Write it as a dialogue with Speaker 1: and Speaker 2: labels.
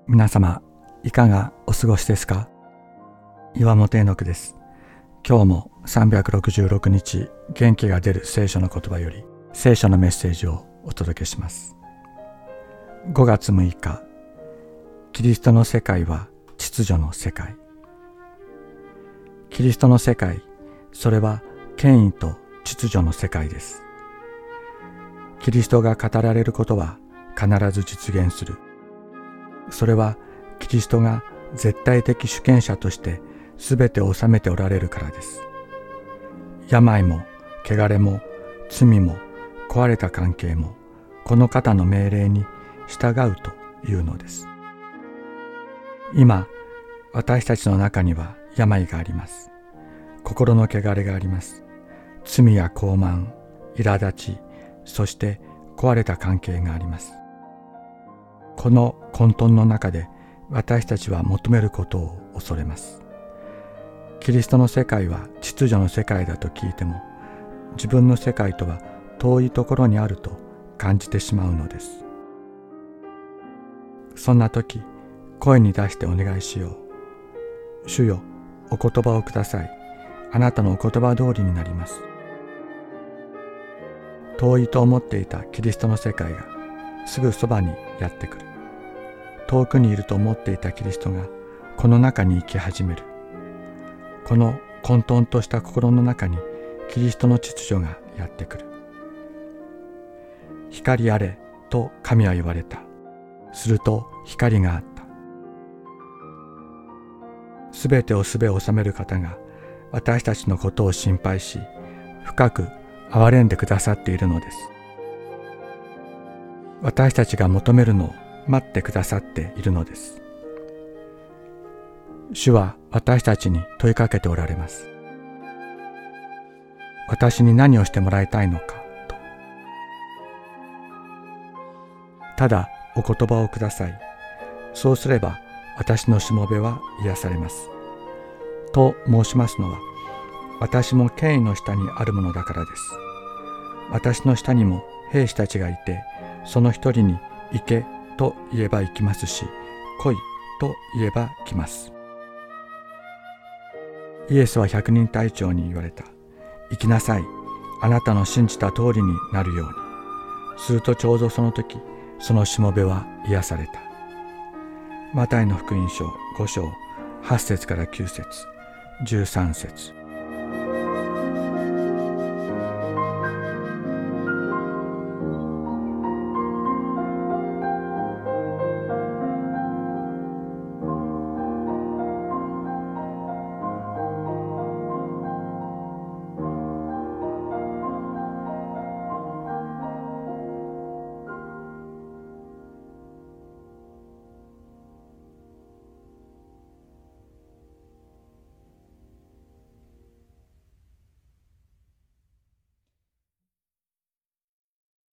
Speaker 1: 皆様いかがお過ごしですか？岩本絵の句です。今日も366日元気が出る聖書の言葉より聖書のメッセージをお届けします。5月6日、キリストの世界は秩序の世界。キリストの世界、それは権威と秩序の世界です。キリストが語られることは必ず実現する。それはキリストが絶対的主権者として全てを治めておられるからです。病も汚れも罪も壊れた関係もこの方の命令に従うというのです。今私たちの中には病があります。心の汚れがあります。罪や傲慢、苛立ち、そして壊れた関係があります。この混沌の中で私たちは求めることを恐れます。キリストの世界は秩序の世界だと聞いても、自分の世界とは遠いところにあると感じてしまうのです。そんな時、声に出してお願いしよう。主よ、お言葉をください。あなたのお言葉通りになります。遠いと思っていたキリストの世界がすぐそばにやってくる。遠くにいると思っていたキリストがこの中に生き始める。この混沌とした心の中にキリストの秩序がやってくる。光あれと神は言われた。すると光があった。すべてをすべを治める方が私たちのことを心配し、深く憐れんでくださっているのです。私たちが求めるのを待ってくださっているのです。主は私たちに問いかけておられます。私に何をしてもらいたいのかと。ただお言葉をください。そうすれば私のしもべは癒されます。と申しますのは、私も権威の下にあるものだからです。私の下にも兵士たちがいて、その一人に行けと言えば行きますし、来いと言えば来ます。イエスは100人隊長に言われた。行きなさい。あなたの信じた通りになるように。するとちょうどその時、そのしもべは癒された。マタイの福音書5章8節から9節13節。